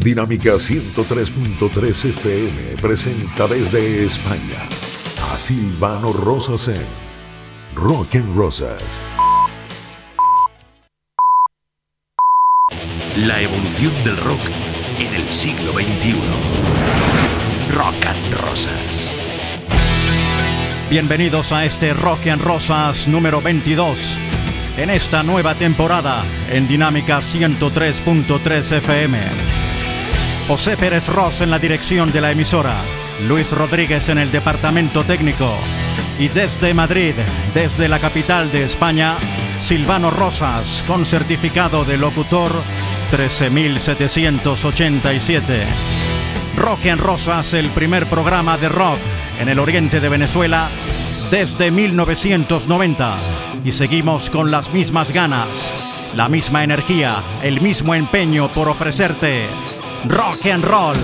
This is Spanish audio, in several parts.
Dinámica 103.3 FM presenta desde España a Silvano Rosas en Rock and Rosas. La evolución del rock en el siglo XXI. Rock and Rosas. Bienvenidos a este Rock and Rosas número 22. En esta nueva temporada en Dinámica 103.3 FM. José Pérez Ross en la dirección de la emisora, Luis Rodríguez en el departamento técnico y desde Madrid, desde la capital de España, Silvano Rosas con certificado de locutor 13787. Rock and Rosas, el primer programa de rock en el oriente de Venezuela desde 1990 y seguimos con las mismas ganas, la misma energía, el mismo empeño por ofrecerte rock and roll.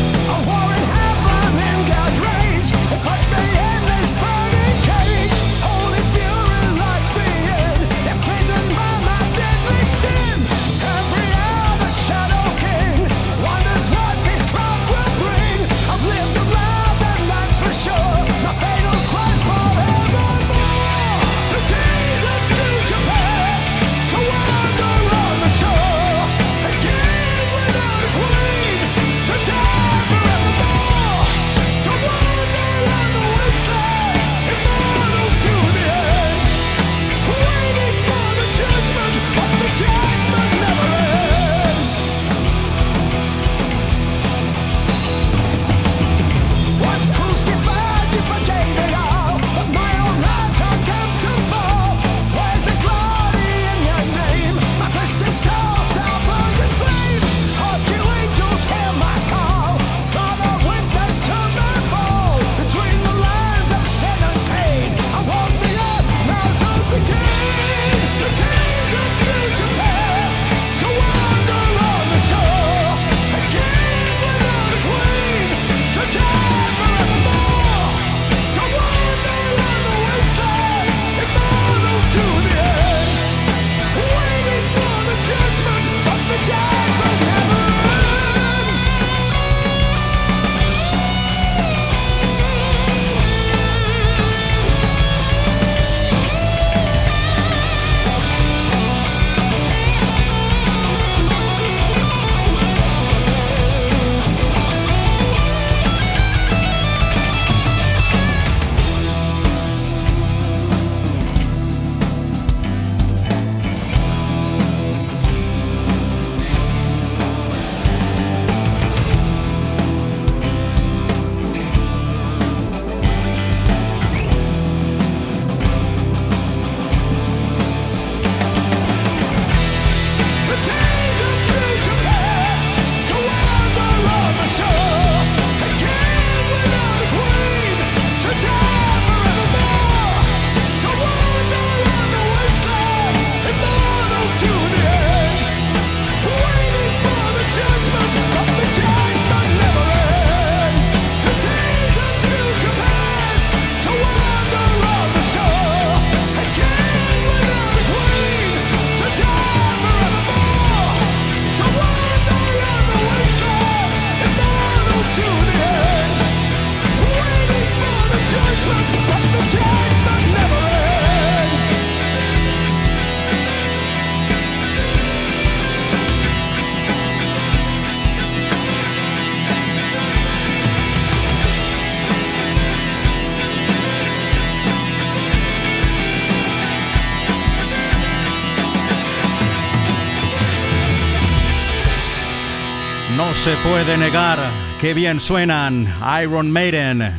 No se puede negar que bien suenan Iron Maiden.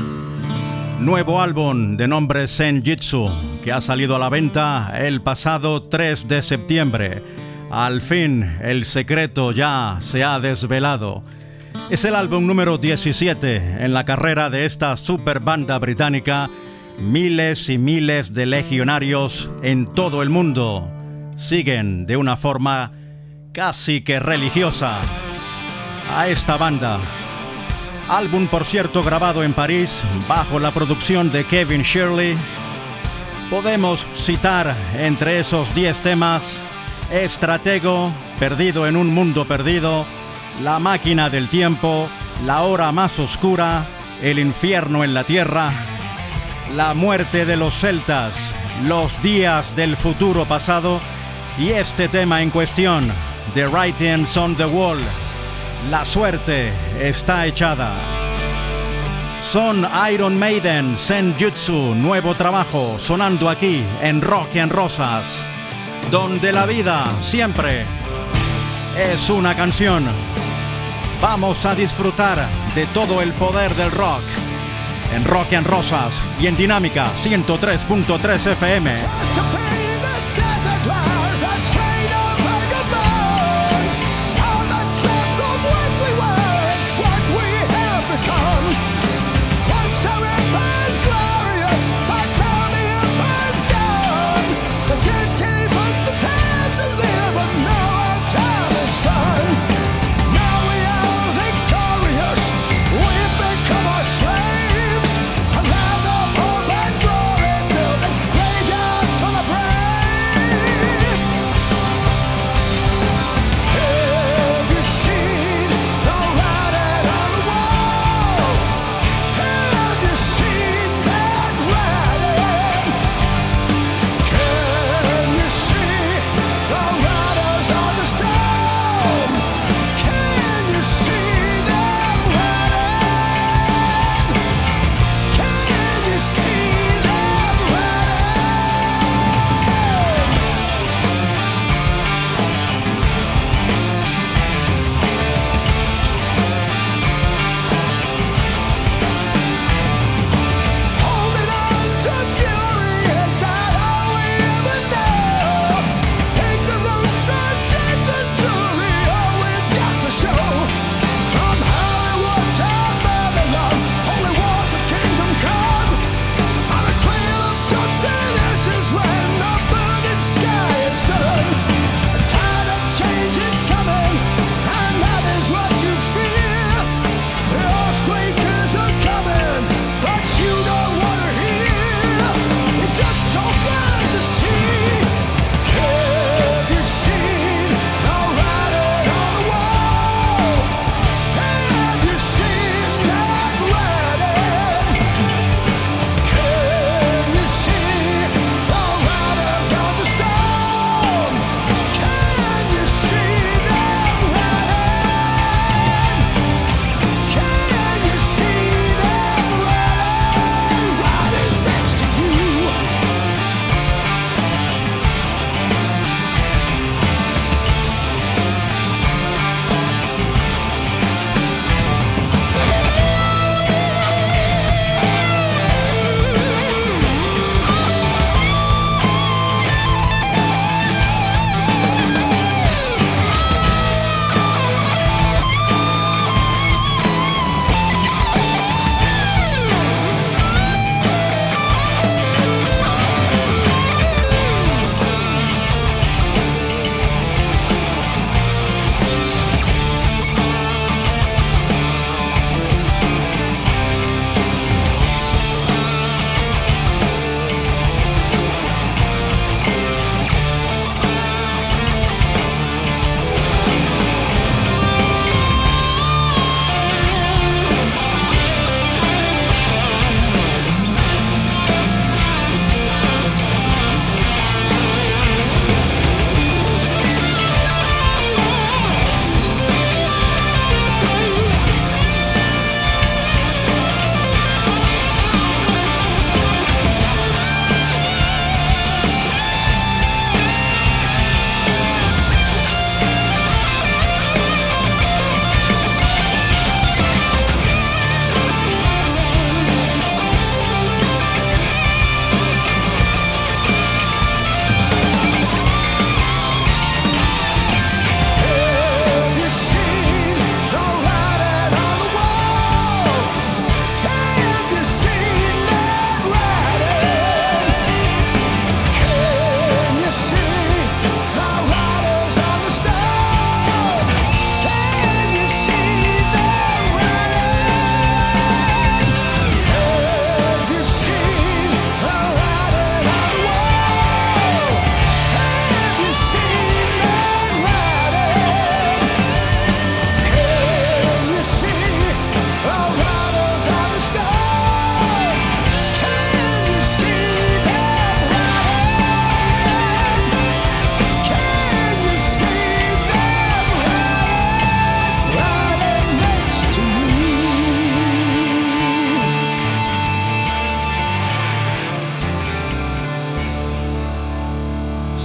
Nuevo álbum de nombre Senjutsu que ha salido a la venta el pasado 3 de septiembre. Al fin el secreto ya se ha desvelado. Es el álbum número 17 en la carrera de esta super banda británica. Miles y miles de legionarios en todo el mundo siguen de una forma casi que religiosa a esta banda. Álbum, por cierto, grabado en París bajo la producción de Kevin Shirley. Podemos citar entre esos 10 temas Estratego, Perdido en un mundo perdido, la máquina del tiempo, la hora más oscura, el infierno en la tierra, la muerte de los celtas, los días del futuro pasado y este tema en cuestión, The Writings on the Wall, la suerte está echada. Son Iron Maiden, Senjutsu, nuevo trabajo, sonando aquí en Rock and Rosas, donde la vida siempre es una canción. Vamos a disfrutar de todo el poder del rock en Rock and Rosas y en Dinámica 103.3 FM. Slaves, and now the hope and glory building graveyards full of brains.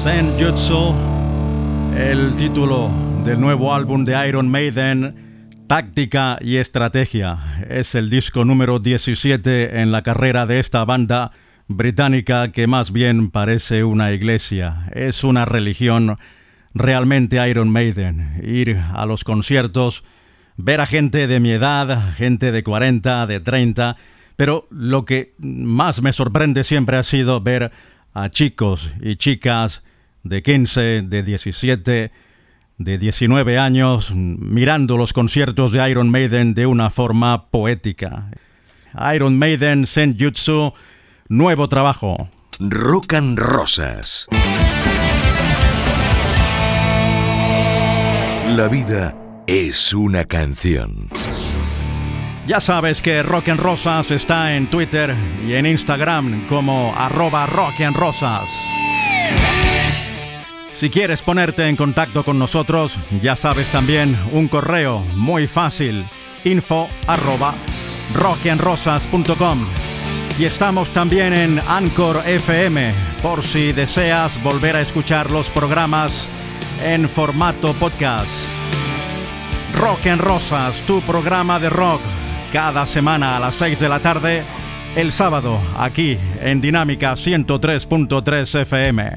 Senjutsu, el título del nuevo álbum de Iron Maiden, Táctica y Estrategia. Es el disco número 17 en la carrera de esta banda británica que más bien parece una iglesia. Es una religión realmente Iron Maiden. Ir a los conciertos, ver a gente de mi edad, gente de 40, de 30, pero lo que más me sorprende siempre ha sido ver a chicos y chicas de 15, de 17, de 19 años mirando los conciertos de Iron Maiden de una forma poética. Iron Maiden Senjutsu, nuevo trabajo. Rock and Rosas. La vida es una canción. Ya sabes que Rock and Rosas está en Twitter y en Instagram como @rockandrosas. Si quieres ponerte en contacto con nosotros, ya sabes también un correo muy fácil, info@rockandrosas.com. Y estamos también en Anchor FM, por si deseas volver a escuchar los programas en formato podcast. Rock and Rosas, tu programa de rock, cada semana a las 6 de la tarde, el sábado, aquí en Dinámica 103.3 FM.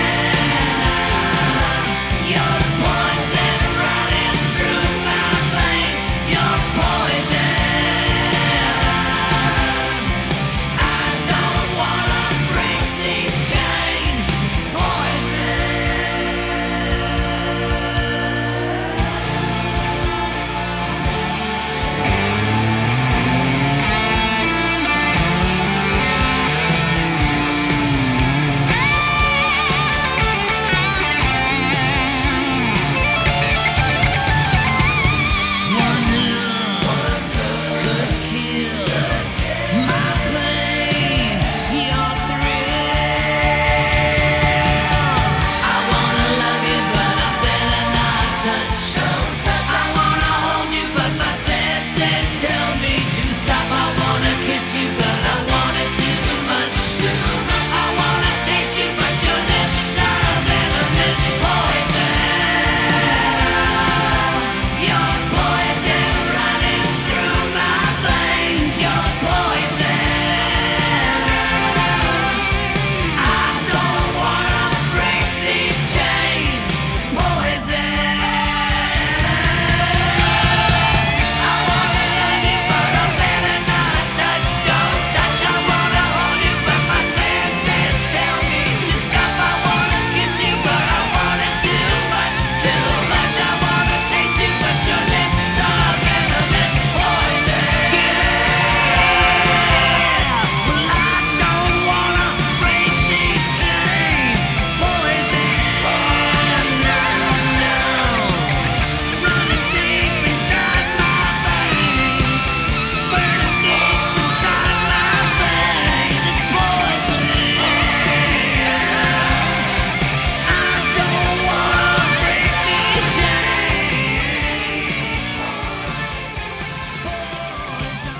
Your poison running through my veins.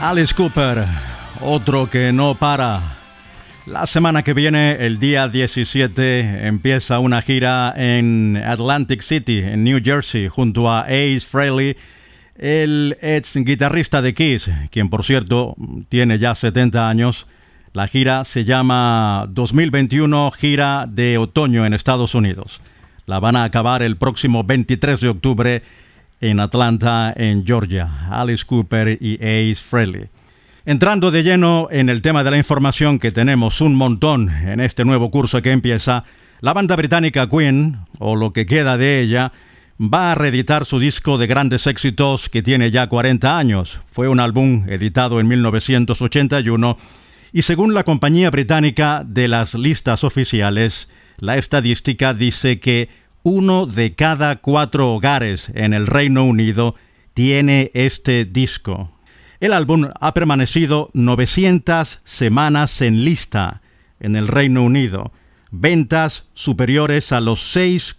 Alice Cooper, otro que no para. La semana que viene, el día 17, empieza una gira en Atlantic City, en New Jersey, junto a Ace Frehley, el ex guitarrista de Kiss, quien por cierto tiene ya 70 años. La gira se llama 2021 Gira de Otoño en Estados Unidos. La van a acabar el próximo 23 de octubre en Atlanta, en Georgia. Alice Cooper y Ace Frehley. Entrando de lleno en el tema de la información, que tenemos un montón en este nuevo curso que empieza, la banda británica Queen, o lo que queda de ella, va a reeditar su disco de grandes éxitos que tiene ya 40 años. Fue un álbum editado en 1981 y según la compañía británica de las listas oficiales, la estadística dice que 1 de cada 4 hogares en el Reino Unido tiene este disco. El álbum ha permanecido 900 semanas en lista en el Reino Unido, ventas superiores a los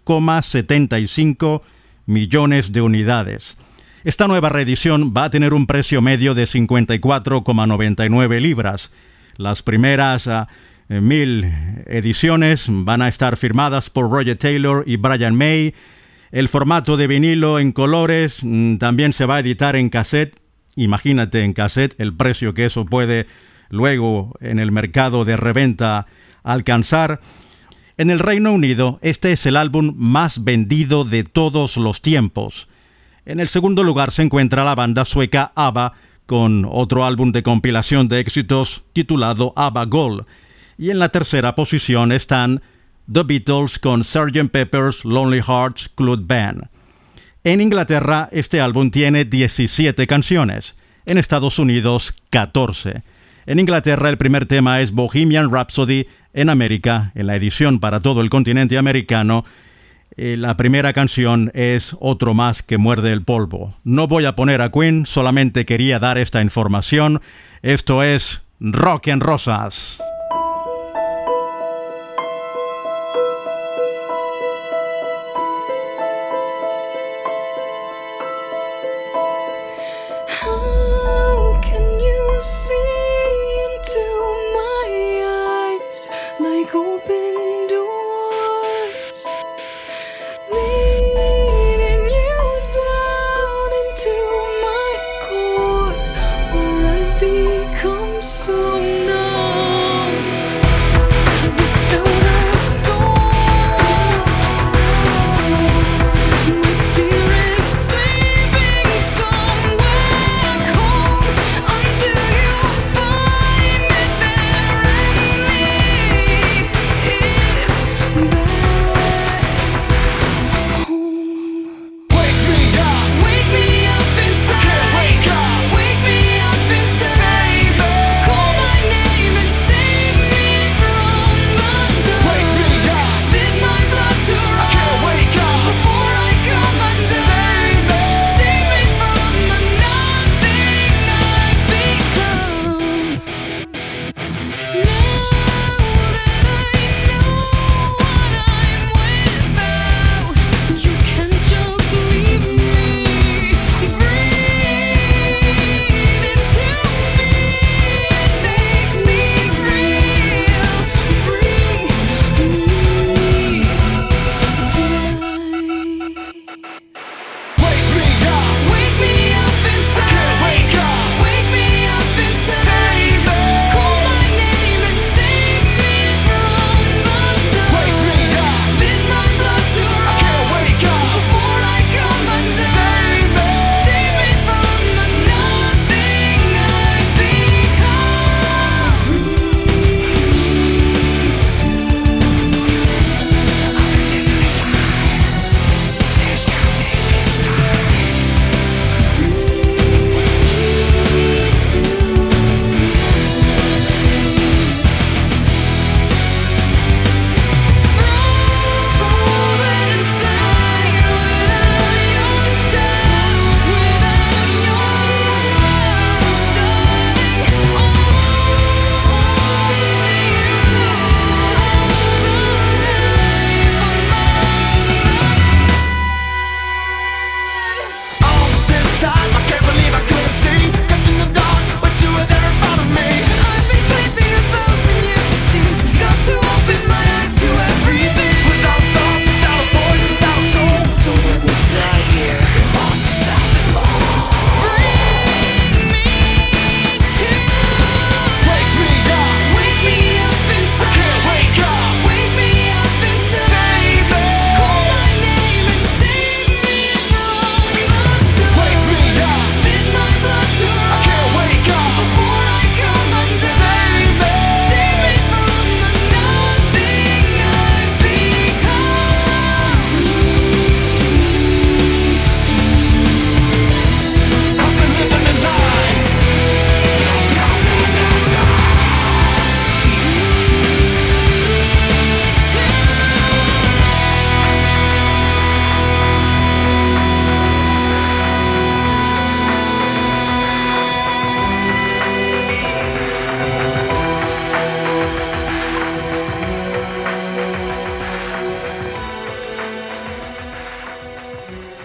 6,75 millones de unidades. Esta nueva reedición va a tener un precio medio de 54,99 libras. Las primeras 1000 ediciones van a estar firmadas por Roger Taylor y Brian May. El formato de vinilo en colores también se va a editar en cassette. Imagínate en cassette el precio que eso puede luego en el mercado de reventa alcanzar. En el Reino Unido, este es el álbum más vendido de todos los tiempos. En el segundo lugar se encuentra la banda sueca ABBA, con otro álbum de compilación de éxitos titulado ABBA Gold. Y en la tercera posición están The Beatles con Sgt. Pepper's Lonely Hearts Club Band. En Inglaterra, este álbum tiene 17 canciones. En Estados Unidos, 14. En Inglaterra, el primer tema es Bohemian Rhapsody. En América, en la edición para todo el continente americano, la primera canción es Otro más que muerde el polvo. No voy a poner a Queen, solamente quería dar esta información. Esto es Rock en Rosas. So numb.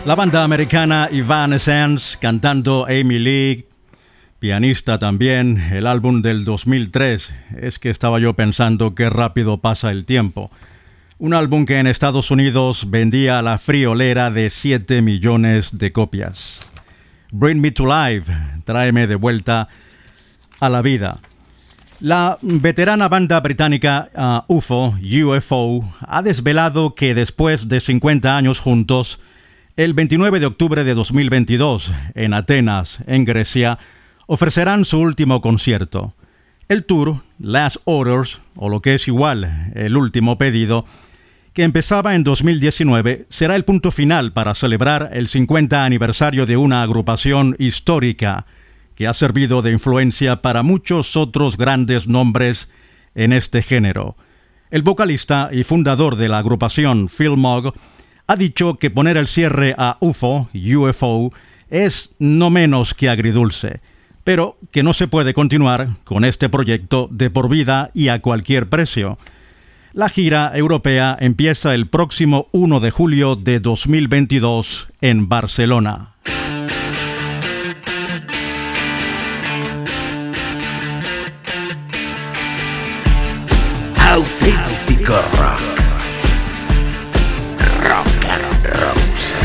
La banda americana Evanescence cantando Amy Lee, pianista también, el álbum del 2003. Es que estaba yo pensando qué rápido pasa el tiempo. Un álbum que en Estados Unidos vendía a la friolera de 7 millones de copias. Bring Me to Life, tráeme de vuelta a la vida. La veterana banda británica UFO ha desvelado que después de 50 años juntos, el 29 de octubre de 2022, en Atenas, en Grecia, ofrecerán su último concierto. El tour Last Orders, o lo que es igual, el último pedido, que empezaba en 2019, será el punto final para celebrar el 50 aniversario de una agrupación histórica que ha servido de influencia para muchos otros grandes nombres en este género. El vocalista y fundador de la agrupación, Phil Mogg, ha dicho que poner el cierre a UFO es no menos que agridulce, pero que no se puede continuar con este proyecto de por vida y a cualquier precio. La gira europea empieza el próximo 1 de julio de 2022 en Barcelona. Auténtico rock. Rock and Roses.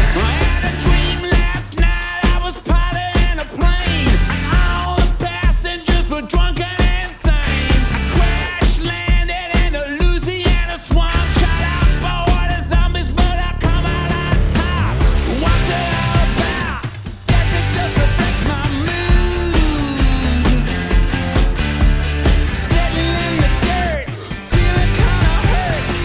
Sitting in the dirt, feeling kinda hurt.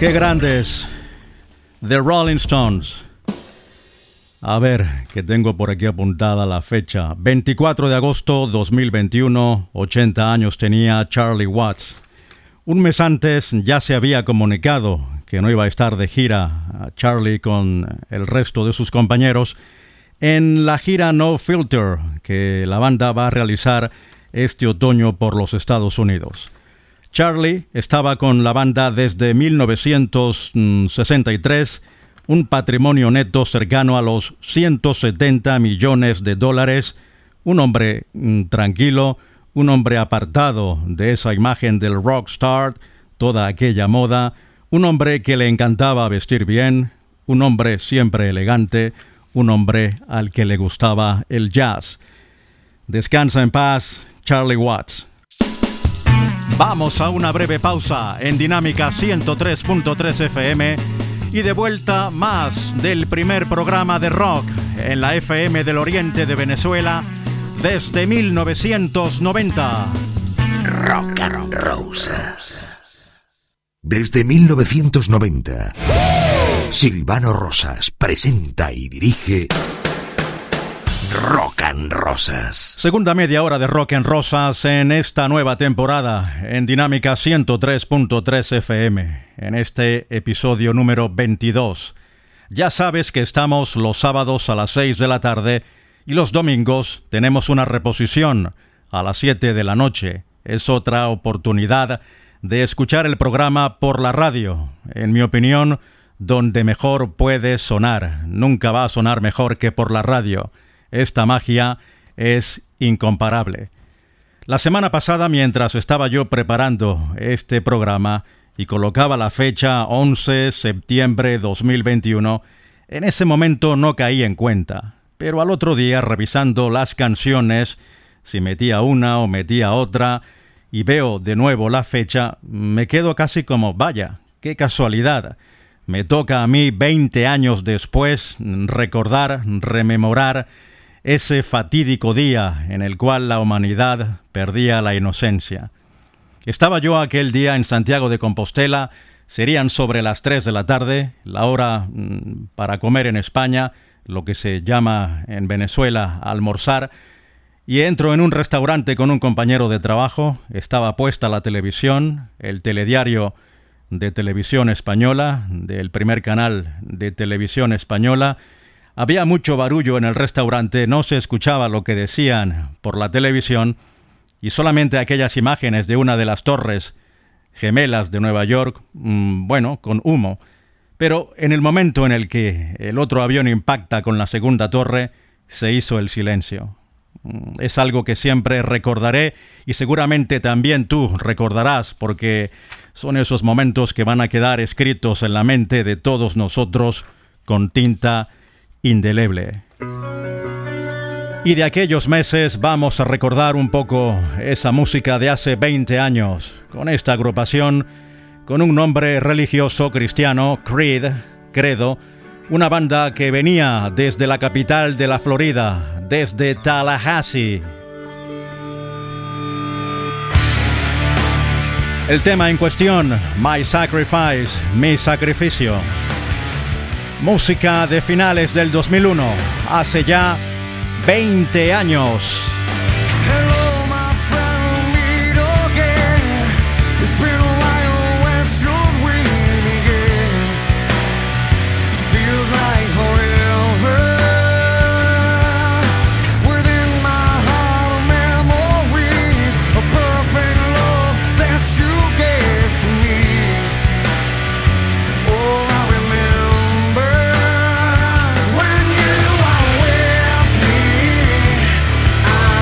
¡Qué grandes! The Rolling Stones. A ver, que tengo por aquí apuntada la fecha. 24 de agosto 2021, 80 años tenía Charlie Watts. Un mes antes ya se había comunicado que no iba a estar de gira Charlie con el resto de sus compañeros en la gira No Filter que la banda va a realizar este otoño por los Estados Unidos. Charlie estaba con la banda desde 1963, un patrimonio neto cercano a los $170 millones, un hombre tranquilo, un hombre apartado de esa imagen del rockstar, toda aquella moda, un hombre que le encantaba vestir bien, un hombre siempre elegante, un hombre al que le gustaba el jazz. Descansa en paz, Charlie Watts. Vamos a una breve pausa en Dinámica 103.3 FM y de vuelta más del primer programa de rock en la FM del Oriente de Venezuela desde 1990. Rock and Roses. Desde 1990, Silvano Rosas presenta y dirige Rock and Rosas. Segunda media hora de Rock and Rosas en esta nueva temporada en Dinámica 103.3 FM, en este episodio número 22. Ya sabes que estamos los sábados a las 6 de la tarde y los domingos tenemos una reposición a las 7 de la noche. Es otra oportunidad de escuchar el programa por la radio, en mi opinión, donde mejor puede sonar. Nunca va a sonar mejor que por la radio. Esta magia es incomparable. La semana pasada, mientras estaba yo preparando este programa y colocaba la fecha 11 de septiembre 2021, en ese momento no caí en cuenta. Pero al otro día, revisando las canciones, si metía una o metía otra, y veo de nuevo la fecha, me quedo casi como, vaya, qué casualidad. Me toca a mí, 20 años después, recordar, rememorar ese fatídico día en el cual la humanidad perdía la inocencia. Estaba yo aquel día en Santiago de Compostela, serían sobre las 3 de la tarde, la hora para comer en España, lo que se llama en Venezuela almorzar, y entro en un restaurante con un compañero de trabajo. Estaba puesta la televisión, el telediario de Televisión Española, del primer canal de Televisión Española. Había mucho barullo en el restaurante, no se escuchaba lo que decían por la televisión y solamente aquellas imágenes de una de las torres gemelas de Nueva York, con humo. Pero en el momento en el que el otro avión impacta con la segunda torre, se hizo el silencio. Es algo que siempre recordaré y seguramente también tú recordarás, porque son esos momentos que van a quedar escritos en la mente de todos nosotros con tinta indeleble. Y de aquellos meses vamos a recordar un poco esa música de hace 20 años, con esta agrupación, con un nombre religioso cristiano, Credo, una banda que venía desde la capital de la Florida, desde Tallahassee. El tema en cuestión, My Sacrifice, mi sacrificio. Música de finales del 2001, hace ya 20 años. I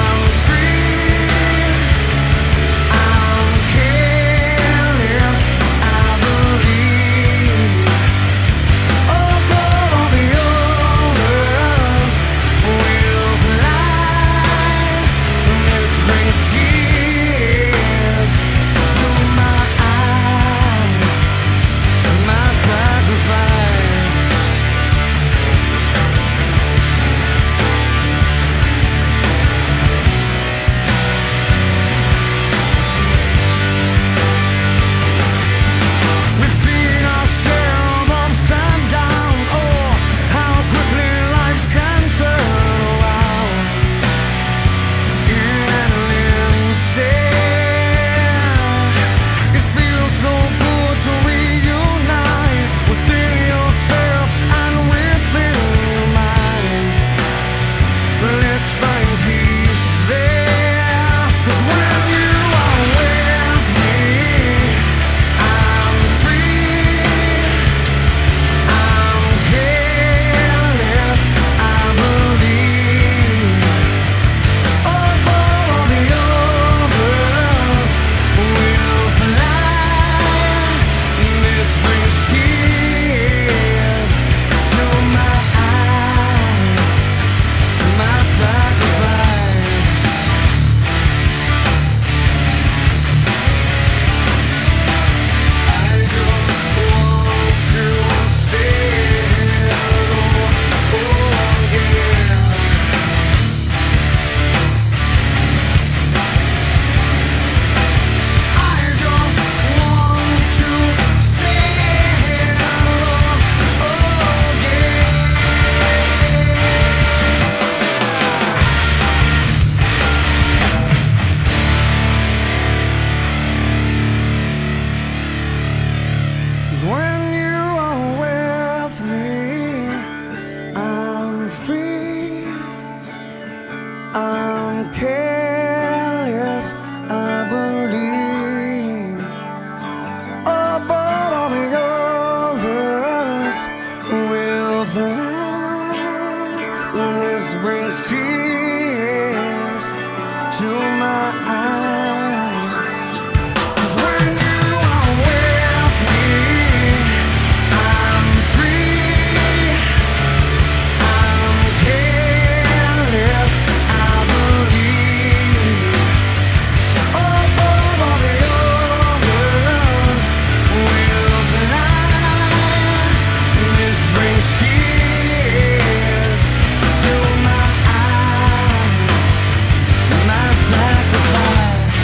brings tears to my eyes. 'Cause when you are with me, I'm free, I'm careless, I believe. Above all the others will fly. This brings tears to my eyes. My sacrifice,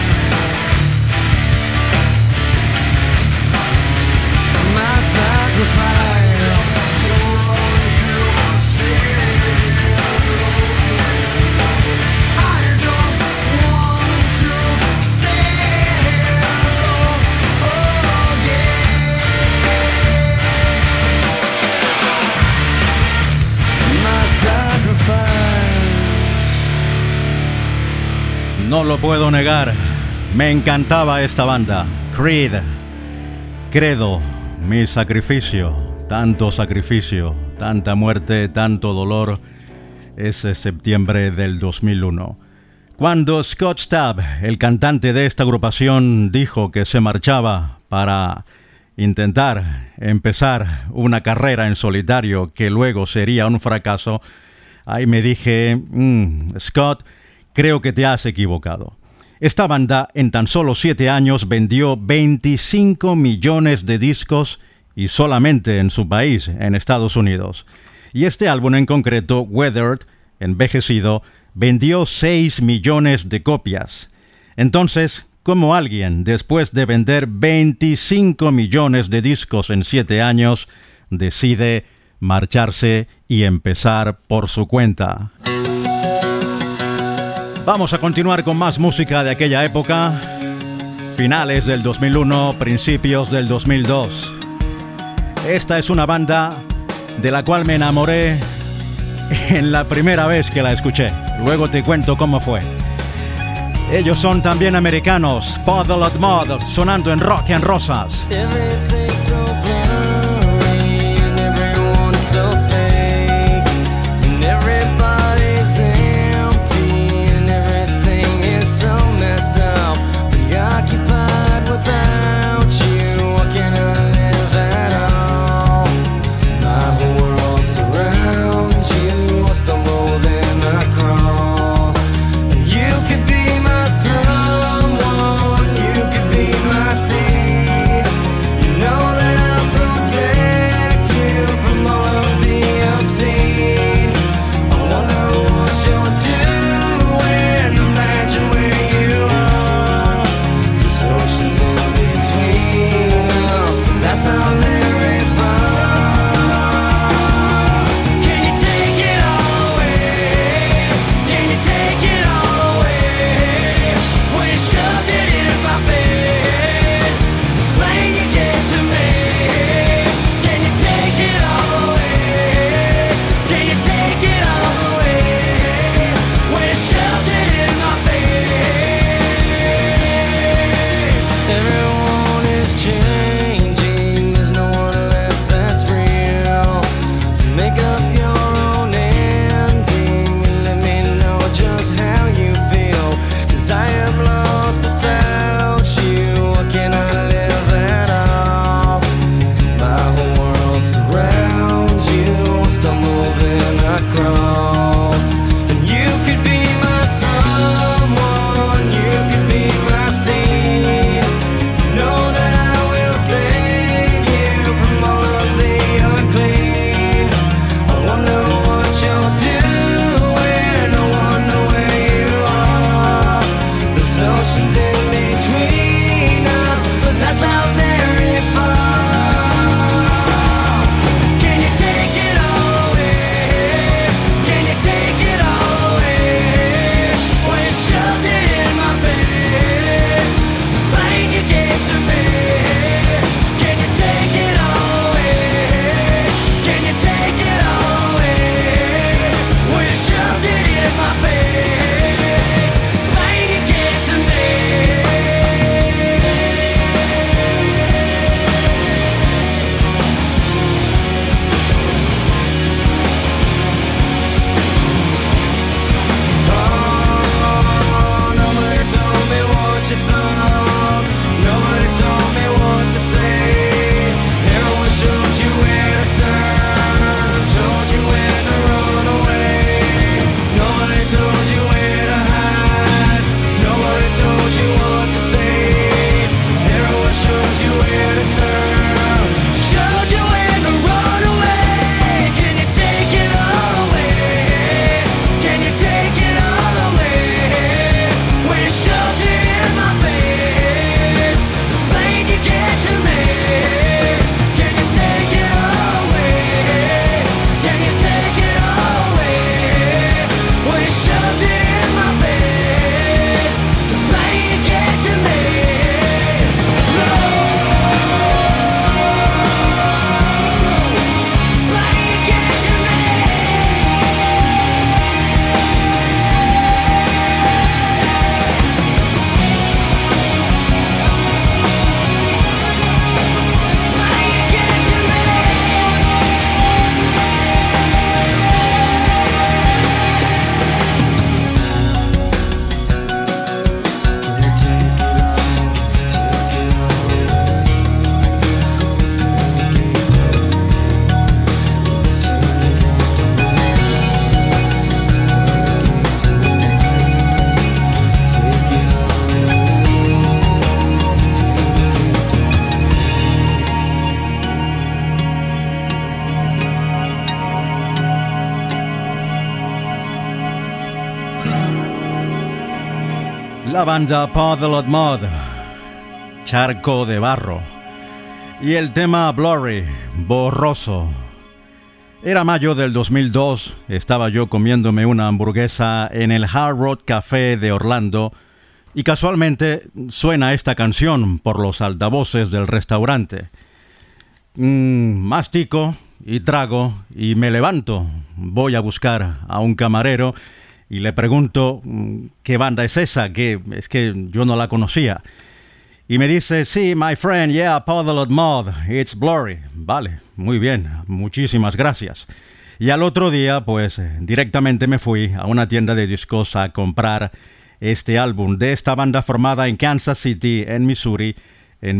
my sacrifice. I just want to say hello again. My sacrifice. No lo puedo negar, me encantaba esta banda, Creed. Credo, mi sacrificio, tanta muerte, tanto dolor, ese septiembre del 2001. Cuando Scott Stapp, el cantante de esta agrupación, dijo que se marchaba para intentar empezar una carrera en solitario que luego sería un fracaso, ahí me dije, Scott, creo que te has equivocado. Esta banda en tan solo 7 años vendió 25 millones de discos y solamente en su país, en Estados Unidos. Y este álbum en concreto, Weathered, envejecido, vendió 6 millones de copias. Entonces, ¿cómo alguien, después de vender 25 millones de discos en 7 años, decide marcharse y empezar por su cuenta? Vamos a continuar con más música de aquella época, finales del 2001, principios del 2002. Esta es una banda de la cual me enamoré en la primera vez que la escuché. Luego te cuento cómo fue. Ellos son también americanos, Puddle of Mudd, sonando en Rock and Rosas. Everything's so blurry and everyone's so fake and everybody's empty and everything is so messed up, preoccupied without you. What can I live at all? My whole world surrounds you. I stumble then I crawl. You could be my someone, you could be my seed. You know that I'm la banda Puddle of Mud, Charco de Barro, y el tema Blurry, borroso. Era mayo del 2002, estaba yo comiéndome una hamburguesa en el Hard Rock Café de Orlando y casualmente suena esta canción por los altavoces del restaurante. Mastico y trago y me levanto, voy a buscar a un camarero y le pregunto qué banda es esa, que es que yo no la conocía. Y me dice, sí, my friend, yeah, Puddle of Mud, it's Blurry. Vale, muy bien, muchísimas gracias. Y al otro día, pues, directamente me fui a una tienda de discos a comprar este álbum de esta banda formada en Kansas City, en Missouri, en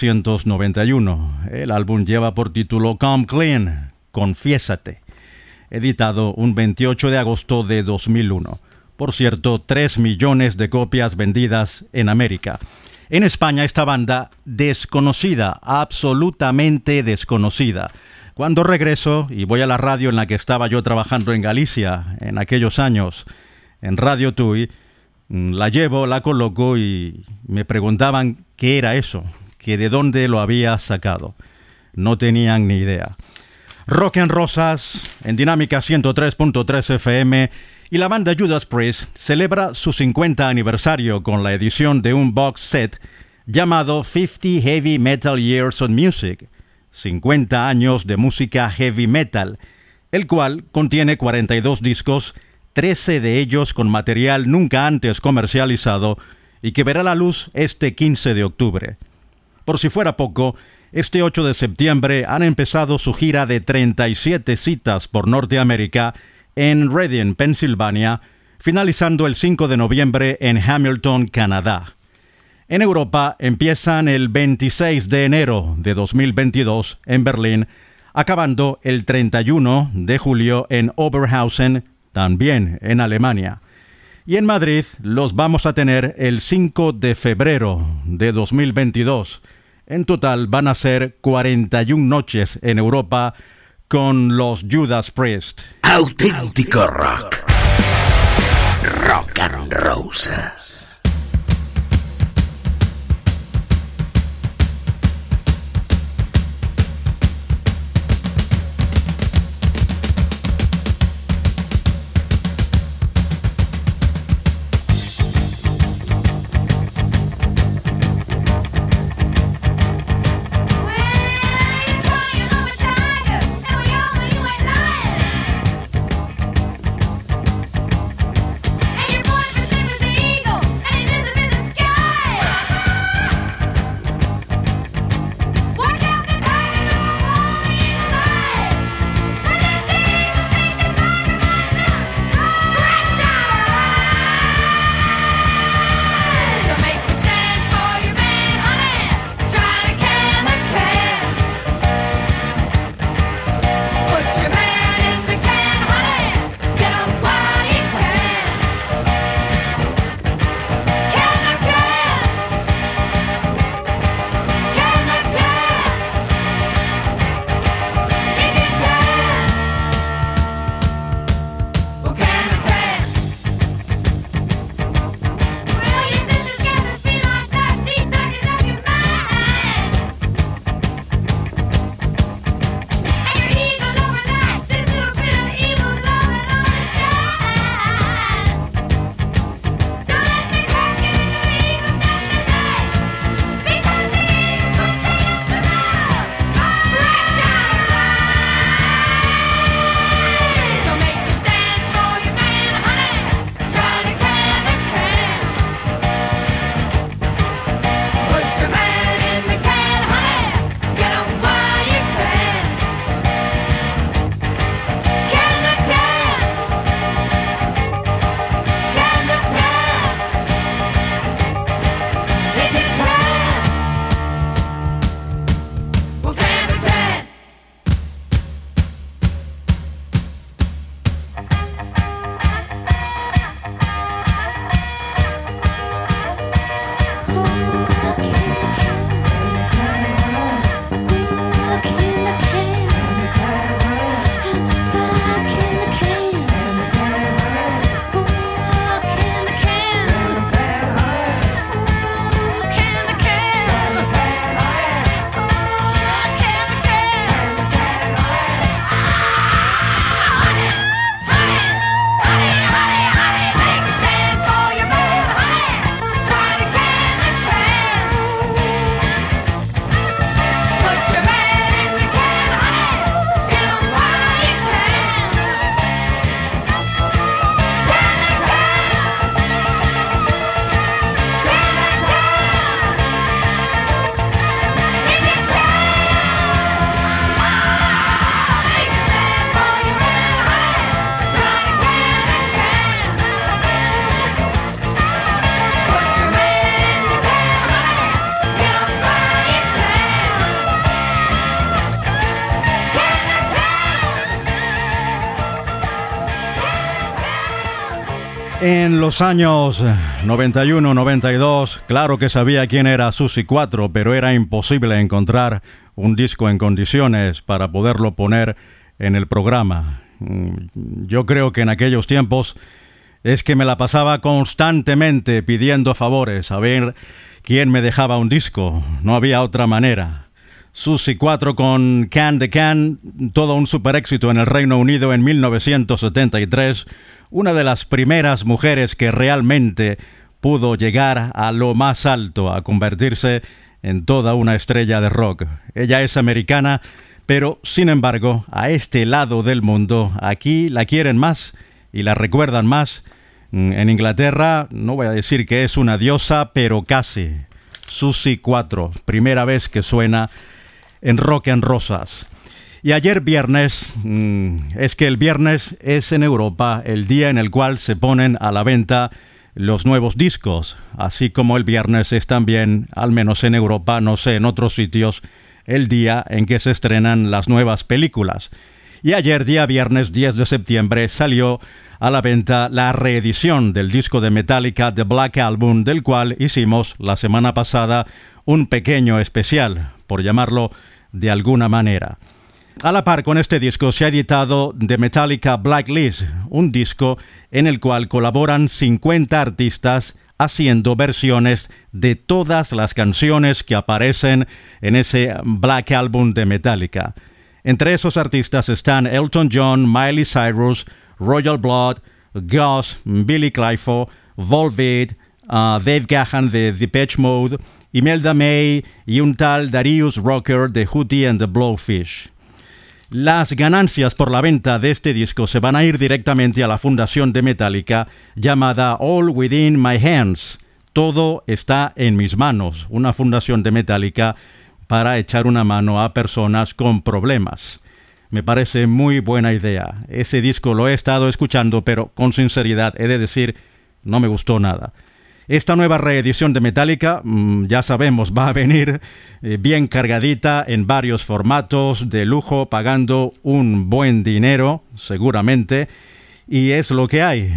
1991. El álbum lleva por título Come Clean, Confiésate, editado un 28 de agosto de 2001. Por cierto, 3 millones de copias vendidas en América. En España esta banda desconocida, absolutamente desconocida. Cuando regreso y voy a la radio en la que estaba yo trabajando en Galicia en aquellos años, en Radio Tui, la llevo, la coloco y me preguntaban qué era eso, que de dónde lo había sacado. No tenían ni idea. Rock en Rosas, en Dinámica 103.3 FM, y la banda Judas Priest celebra su 50 aniversario con la edición de un box set llamado 50 Heavy Metal Years of Music, 50 años de música heavy metal, el cual contiene 42 discos, 13 de ellos con material nunca antes comercializado y que verá la luz este 15 de octubre. Por si fuera poco, este 8 de septiembre han empezado su gira de 37 citas por Norteamérica en Reading, Pensilvania, finalizando el 5 de noviembre en Hamilton, Canadá. En Europa empiezan el 26 de enero de 2022 en Berlín, acabando el 31 de julio en Oberhausen, también en Alemania. Y en Madrid los vamos a tener el 5 de febrero de 2022. En total van a ser 41 noches en Europa con los Judas Priest. Auténtico rock. Rock and Roses. And your boyfriend's name is Eagle. En los años 91-92, claro que sabía quién era Susi 4, pero era imposible encontrar un disco en condiciones para poderlo poner en el programa. Yo creo que en aquellos tiempos es que me la pasaba constantemente pidiendo favores, a ver quién me dejaba un disco. No había otra manera. Susi 4 con Can the Can, todo un super éxito en el Reino Unido en 1973, una de las primeras mujeres que realmente pudo llegar a lo más alto, a convertirse en toda una estrella de rock. Ella es americana, pero sin embargo, a este lado del mundo, aquí la quieren más y la recuerdan más. En Inglaterra, no voy a decir que es una diosa, pero casi. Susi 4, primera vez que suena en Rock and Rosas. Y ayer viernes, es que el viernes es en Europa el día en el cual se ponen a la venta los nuevos discos, así como el viernes es también, al menos en Europa, no sé, en otros sitios, el día en que se estrenan las nuevas películas. Y ayer, día viernes 10 de septiembre, salió a la venta la reedición del disco de Metallica, The Black Album, del cual hicimos la semana pasada un pequeño especial, por llamarlo de alguna manera. A la par con este disco se ha editado The Metallica Blacklist, un disco en el cual colaboran 50 artistas haciendo versiones de todas las canciones que aparecen en ese Black Album de Metallica. Entre esos artistas están Elton John, Miley Cyrus, Royal Blood, Gus, Billy Clifford, Volbeat, Dave Gahan de Depeche Mode, Imelda May y un tal Darius Rucker de Hootie and the Blowfish. Las ganancias por la venta de este disco se van a ir directamente a la fundación de Metallica llamada All Within My Hands. Todo está en mis manos, una fundación de Metallica para echar una mano a personas con problemas. Me parece muy buena idea. Ese disco lo he estado escuchando, pero con sinceridad he de decir, no me gustó nada. Esta nueva reedición de Metallica, ya sabemos, va a venir bien cargadita en varios formatos de lujo, pagando un buen dinero, seguramente, y es lo que hay.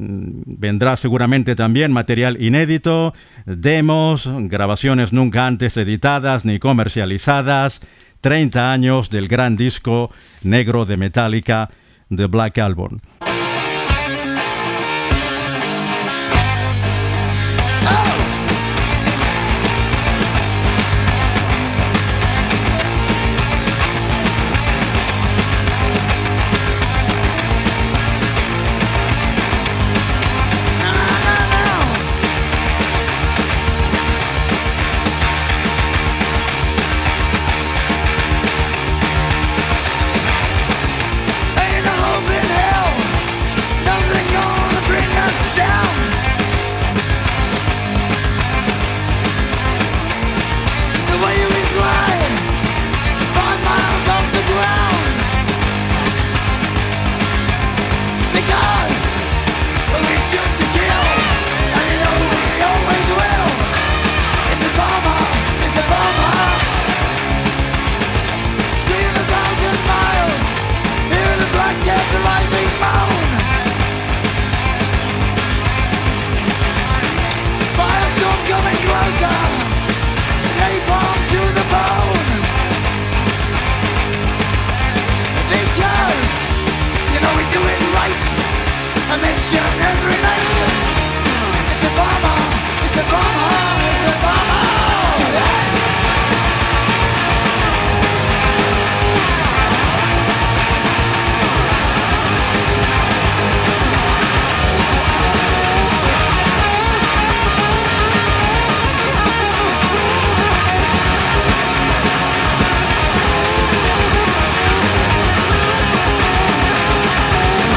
Vendrá seguramente también material inédito, demos, grabaciones nunca antes editadas ni comercializadas, 30 años del gran disco negro de Metallica, The Black Album.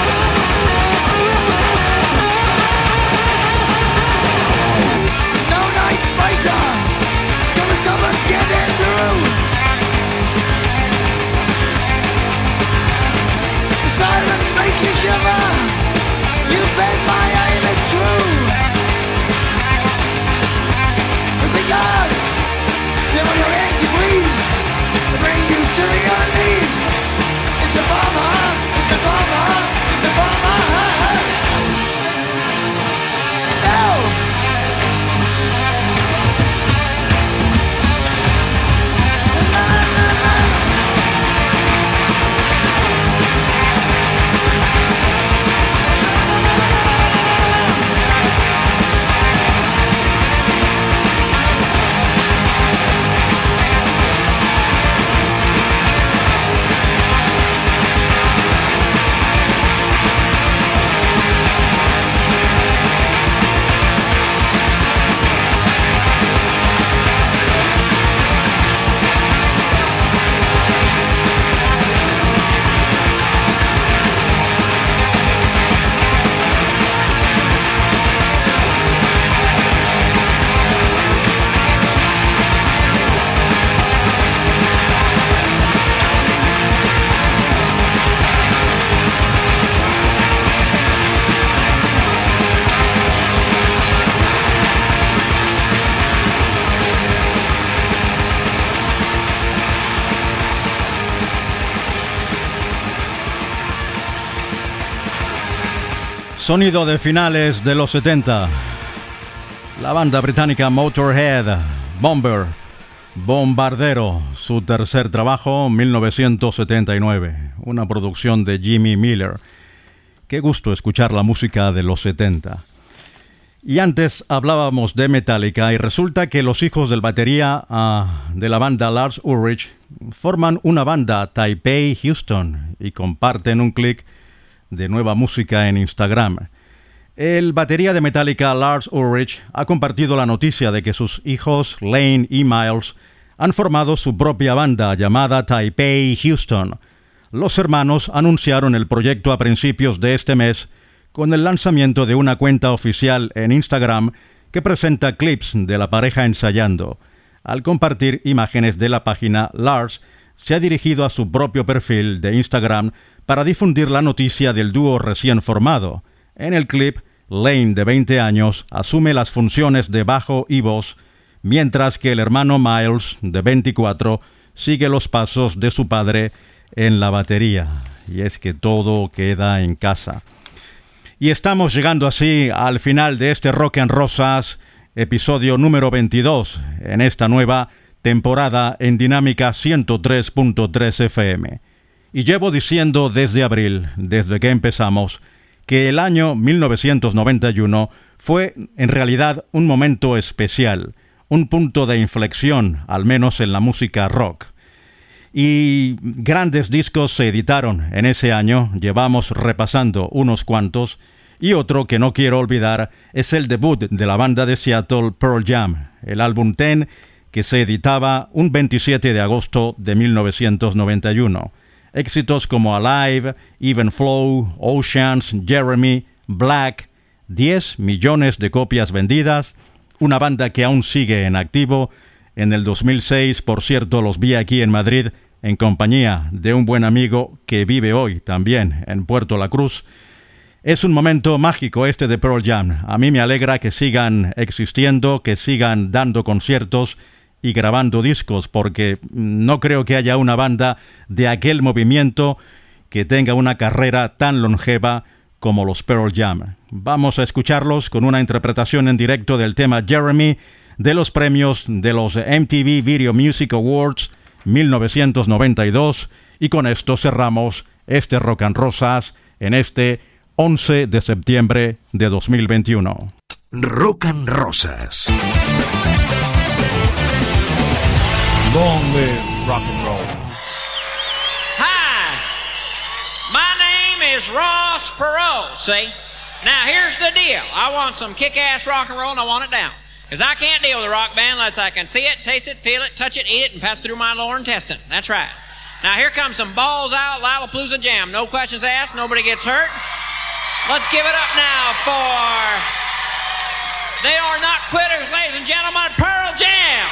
No Sonido de finales de los 70. La banda británica Motorhead, Bombardero, su tercer trabajo, 1979, una producción de Jimmy Miller. Qué gusto escuchar la música de los 70. Y antes hablábamos de Metallica y resulta que los hijos del batería de la banda Lars Ulrich forman una banda Taipei Houston y comparten un clic de nueva música en Instagram. El batería de Metallica, Lars Ulrich, ha compartido la noticia de que sus hijos, Lane y Miles, han formado su propia banda llamada Taipei Houston. Los hermanos anunciaron el proyecto a principios de este mes con el lanzamiento de una cuenta oficial en Instagram que presenta clips de la pareja ensayando. Al compartir imágenes de la página, Lars se ha dirigido a su propio perfil de Instagram para difundir la noticia del dúo recién formado. En el clip, Lane, de 20 años, asume las funciones de bajo y voz, mientras que el hermano Miles, de 24, sigue los pasos de su padre en la batería. Y es que todo queda en casa. Y estamos llegando así al final de este Rock en Rosas, episodio número 22, en esta nueva temporada en Dinámica 103.3 FM. Y llevo diciendo desde abril, desde que empezamos, que el año 1991 fue en realidad un momento especial, un punto de inflexión, al menos en la música rock. Y grandes discos se editaron en ese año, llevamos repasando unos cuantos, y otro que no quiero olvidar es el debut de la banda de Seattle Pearl Jam, el álbum 10, que se editaba un 27 de agosto de 1991. Éxitos como Alive, Even Flow, Oceans, Jeremy, Black, 10 millones de copias vendidas, una banda que aún sigue en activo. En el 2006, por cierto, los vi aquí en Madrid en compañía de un buen amigo que vive hoy también en Puerto La Cruz. Es un momento mágico este de Pearl Jam. A mí me alegra que sigan existiendo, que sigan dando conciertos y grabando discos, porque no creo que haya una banda de aquel movimiento que tenga una carrera tan longeva como los Pearl Jam. Vamos a escucharlos con una interpretación en directo del tema Jeremy de los premios de los MTV Video Music Awards 1992, y con esto cerramos este Rock and Rosas en este 11 de septiembre de 2021. Rock and Rosas. Long live rock and roll. Hi, my name is Ross Perot, see? Now here's the deal. I want some kick-ass rock and roll and I want it down. Because I can't deal with a rock band unless I can see it, taste it, feel it, touch it, eat it, and pass it through my lower intestine. That's right. Now here comes some balls out Lollapalooza Jam. No questions asked, nobody gets hurt. Let's give it up now for... They are not quitters, ladies and gentlemen, Pearl Jam!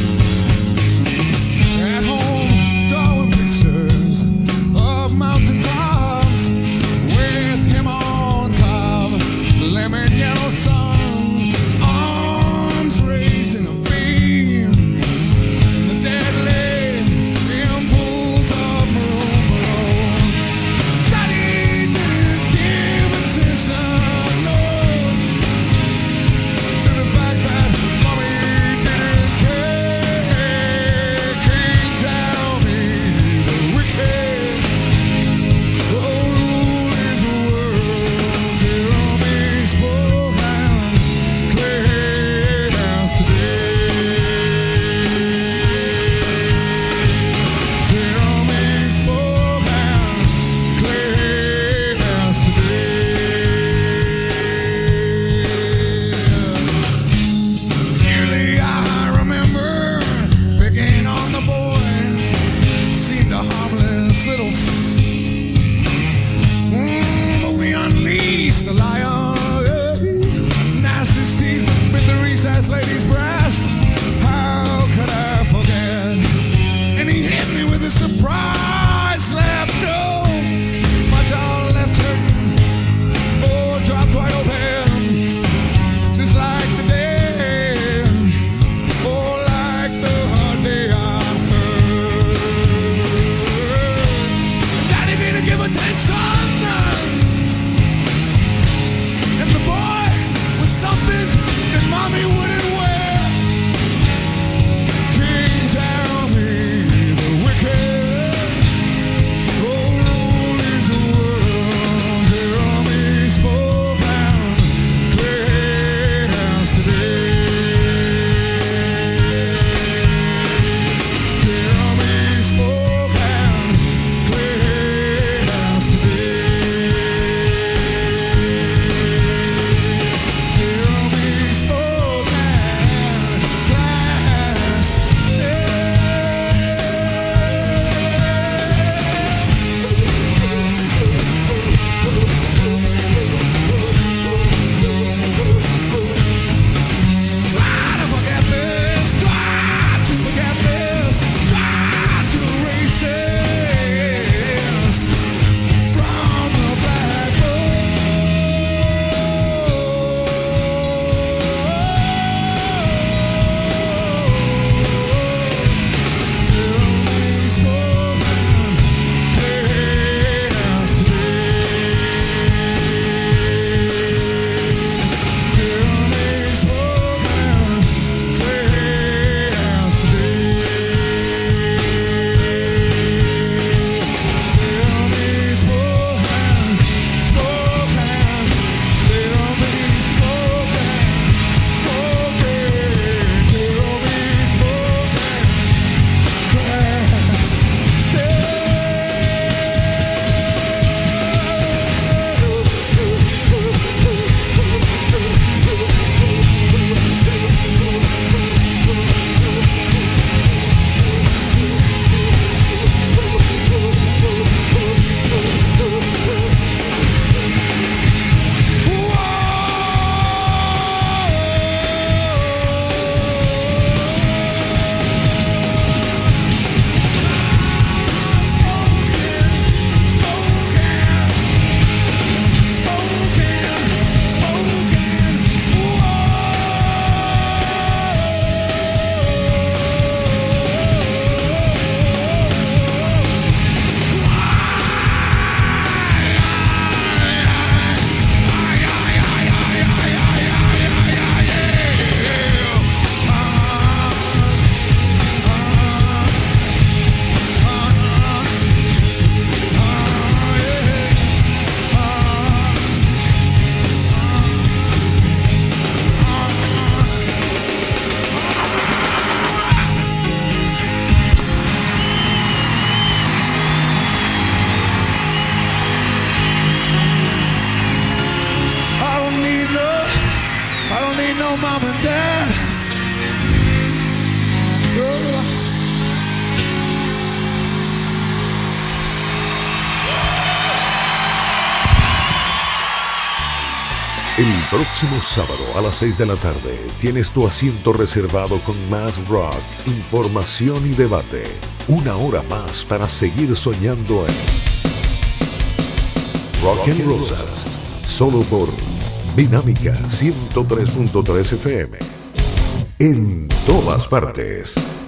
At home, drawing pictures of mountaintops. don't need no mom and dad. Oh. El próximo sábado a las 6 de la tarde tienes tu asiento reservado con más rock, información y debate. Una hora más para seguir soñando en Rock and Rosas, solo por Dinámica 103.3 FM. En todas partes.